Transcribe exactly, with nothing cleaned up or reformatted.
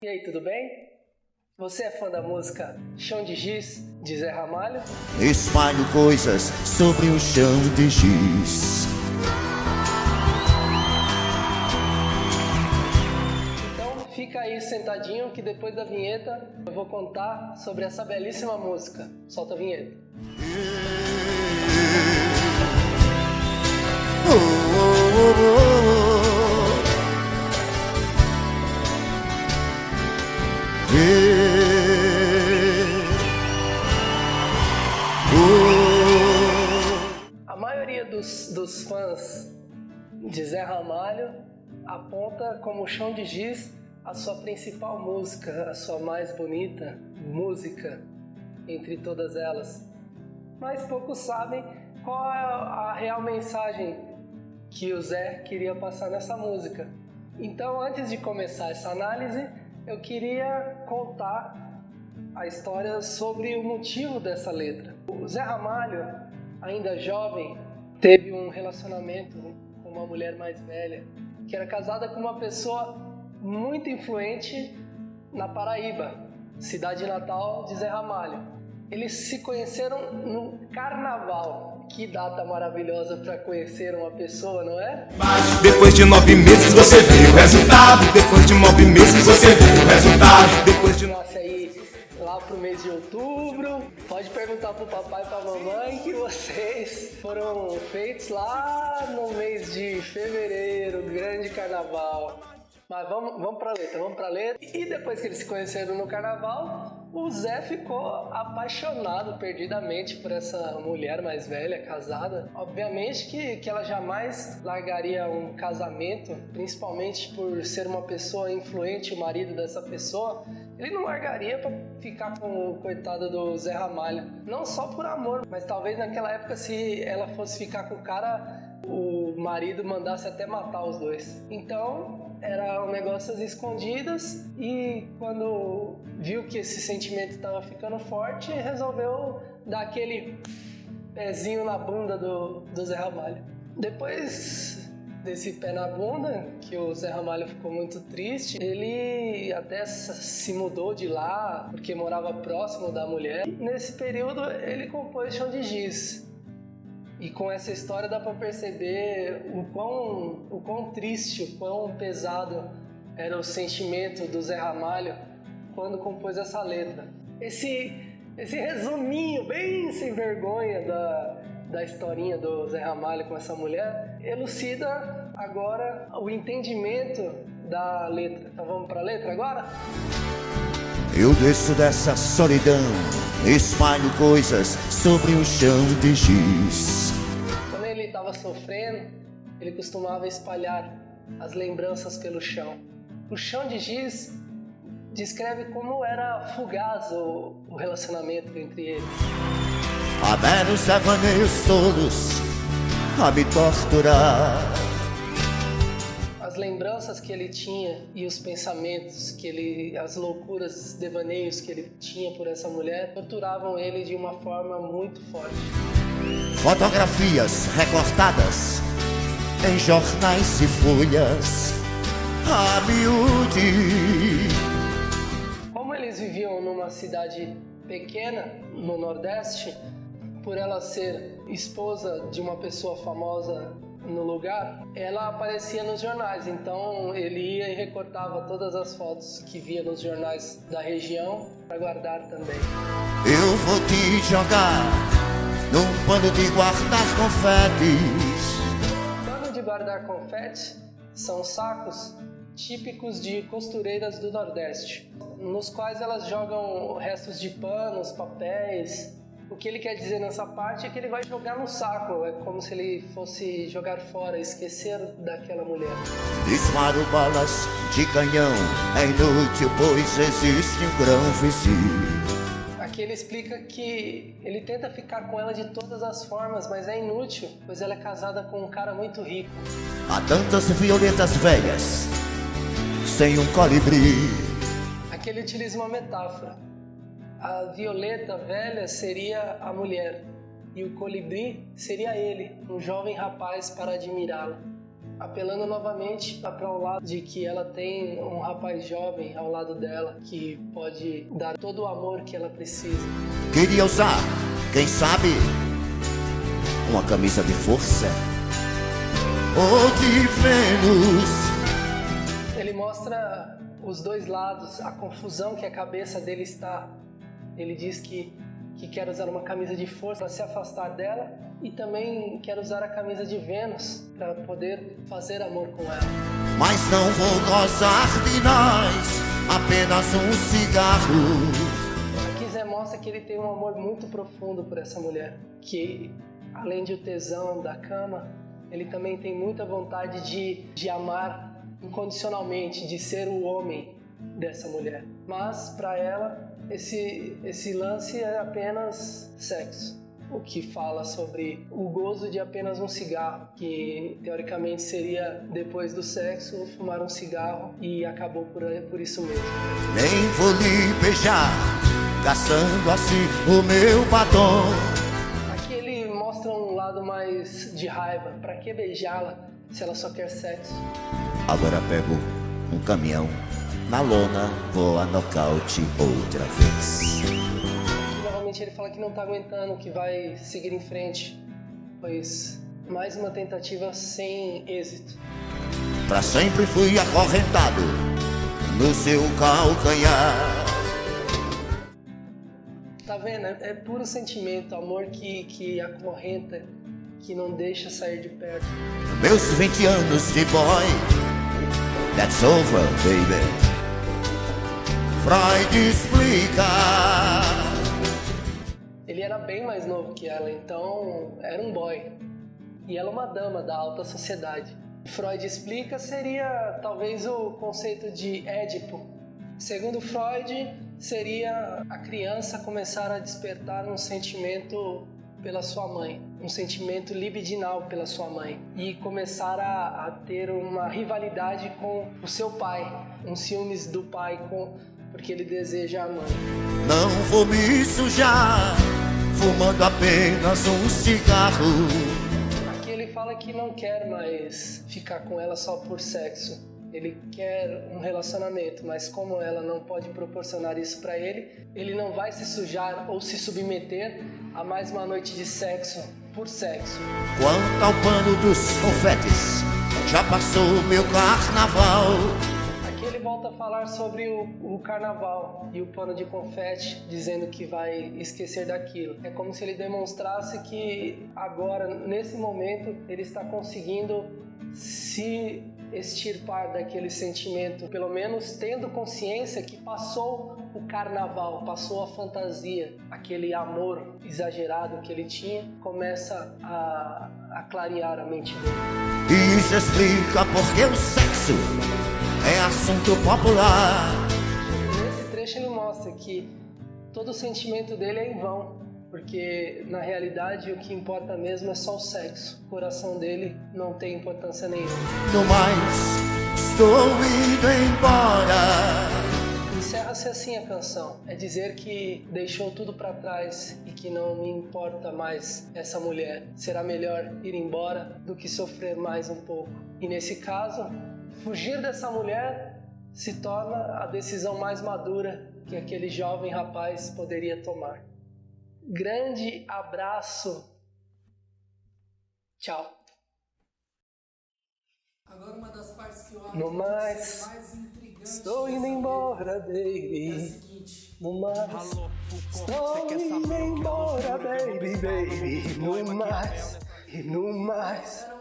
E aí, tudo bem? Você é fã da música Chão de Giz, de Zé Ramalho? Espalho coisas sobre o chão de giz. Então fica aí sentadinho que depois da vinheta eu vou contar sobre essa belíssima música. Solta a vinheta. Oh, oh, oh, oh. A maioria dos, dos fãs de Zé Ramalho aponta como Chão de Giz a sua principal música, a sua mais bonita música entre todas elas. Mas poucos sabem qual é a real mensagem que o Zé queria passar nessa música. Então, antes de começar essa análise, eu queria contar a história sobre o motivo dessa letra. O Zé Ramalho, ainda jovem, teve um relacionamento com uma mulher mais velha, que era casada com uma pessoa muito influente na Paraíba, cidade natal de Zé Ramalho. Eles se conheceram no carnaval. Que data maravilhosa para conhecer uma pessoa, não é? Depois de nove meses você vê o resultado. Depois de nove meses você vê o resultado. Depois de Nasce aí lá pro mês de outubro. Pode perguntar pro papai e pra mamãe que vocês foram feitos lá no mês de fevereiro, grande carnaval. Mas vamos, vamos pra letra, vamos pra letra. E depois que eles se conheceram no carnaval, o Zé ficou apaixonado perdidamente por essa mulher mais velha, casada. Obviamente que, que ela jamais largaria um casamento, principalmente por ser uma pessoa influente, o marido dessa pessoa. Ele não largaria para ficar com o coitado do Zé Ramalho. Não só por amor, mas talvez naquela época, se ela fosse ficar com o cara, o marido mandasse até matar os dois. Então, era um negócio às escondidas, e quando viu que esse sentimento estava ficando forte, resolveu dar aquele pezinho na bunda do, do Zé Ramalho. Depois desse pé na bunda, que o Zé Ramalho ficou muito triste, ele até se mudou de lá, porque morava próximo da mulher. E nesse período ele compôs Chão de Giz. E com essa história dá para perceber o quão, o quão triste, o quão pesado era o sentimento do Zé Ramalho quando compôs essa letra. Esse, esse resuminho bem sem vergonha da, da historinha do Zé Ramalho com essa mulher elucida agora o entendimento da letra. Então vamos para a letra agora? Eu desço dessa solidão, espalho coisas sobre o chão de giz. Quando ele estava sofrendo, ele costumava espalhar as lembranças pelo chão. O chão de giz descreve como era fugaz o, o relacionamento entre eles. Há meros devaneios todos a me torturar. As lembranças que ele tinha e os pensamentos que ele, as loucuras, os devaneios que ele tinha por essa mulher torturavam ele de uma forma muito forte. Fotografias recortadas em jornais e folhas a miúde. Como eles viviam numa cidade pequena no Nordeste, por ela ser esposa de uma pessoa famosa no lugar, ela aparecia nos jornais, então ele ia e recortava todas as fotos que via nos jornais da região para guardar também. Eu vou te jogar num pano de guardar confetes. Pano de guardar confete são sacos típicos de costureiras do Nordeste, nos quais elas jogam restos de panos, papéis. O que ele quer dizer nessa parte é que ele vai jogar no saco, é como se ele fosse jogar fora, esquecer daquela mulher. Disparo balas de canhão, é inútil, pois existe um grão vizinho. Aqui ele explica que ele tenta ficar com ela de todas as formas, mas é inútil, pois ela é casada com um cara muito rico. Há tantas violetas velhas, sem um colibri. Aqui ele utiliza uma metáfora. A violeta velha seria a mulher e o colibri seria ele, um jovem rapaz para admirá-la. apelando novamente para o lado de que ela tem um rapaz jovem ao lado dela que pode dar todo o amor que ela precisa. Queria usar, quem sabe, uma camisa de força ou de Vênus. Ele mostra os dois lados, a confusão que a cabeça dele está. Ele diz que, que quer usar uma camisa de força para se afastar dela e também quer usar a camisa de Vênus para poder fazer amor com ela. Mas não vou gozar de nós, apenas um cigarro. Aqui Zé mostra que ele tem um amor muito profundo por essa mulher, que além de o tesão da cama, ele também tem muita vontade de, de amar incondicionalmente, de ser o homem dessa mulher. Mas para ela esse, esse lance é apenas sexo, o que fala sobre o gozo de apenas um cigarro, que teoricamente seria, depois do sexo, fumar um cigarro, e acabou por, por isso mesmo. Nem vou lhe beijar, gastando assim o meu batom. Aqui ele mostra um lado mais de raiva. Pra que beijá-la se ela só quer sexo? Agora pego um caminhão, na lona vou a nocaute outra vez. E, novamente ele fala que não tá aguentando, que vai seguir em frente, pois mais uma tentativa sem êxito. Pra sempre fui acorrentado no seu calcanhar. Tá vendo? É, é puro sentimento, amor que, que acorrenta, que não deixa sair de perto. Meus vinte anos de boy, that's over, baby. Freud explica. Ele era bem mais novo que ela, então era um boy. E ela uma dama da alta sociedade. Freud explica seria talvez o conceito de Édipo. Segundo Freud, seria a criança começar a despertar um sentimento pela sua mãe, um sentimento libidinal pela sua mãe, e começar a, a ter uma rivalidade com o seu pai, um ciúmes do pai com, porque ele deseja a mãe. Não vou me sujar, fumando apenas um cigarro. Aqui ele fala que não quer mais ficar com ela só por sexo. Ele quer um relacionamento, mas como ela não pode proporcionar isso para ele, ele não vai se sujar ou se submeter a mais uma noite de sexo por sexo. Quanto ao pano dos confetes, já passou o meu carnaval. Aqui ele volta a falar sobre o, o carnaval e o pano de confete, dizendo que vai esquecer daquilo. É como se ele demonstrasse que agora, nesse momento, ele está conseguindo se extirpar daquele sentimento, pelo menos tendo consciência que passou o carnaval, passou a fantasia, aquele amor exagerado que ele tinha, começa a, a clarear a mente dele. Isso explica porque o sexo é assunto popular. Nesse trecho ele mostra que todo o sentimento dele é em vão, porque na realidade o que importa mesmo é só o sexo. O coração dele não tem importância nenhuma. No mais, estou indo embora. Encerra-se assim a canção. É dizer que deixou tudo para trás e que não me importa mais essa mulher. Será melhor ir embora do que sofrer mais um pouco. E nesse caso, fugir dessa mulher se torna a decisão mais madura que aquele jovem rapaz poderia tomar. Grande abraço. Tchau. Agora uma das partes que eu acho No mais, mais intrigante. Estou indo embora, baby. É a seguinte. No mais, estou indo embora, baby, baby. No mais, e no mais.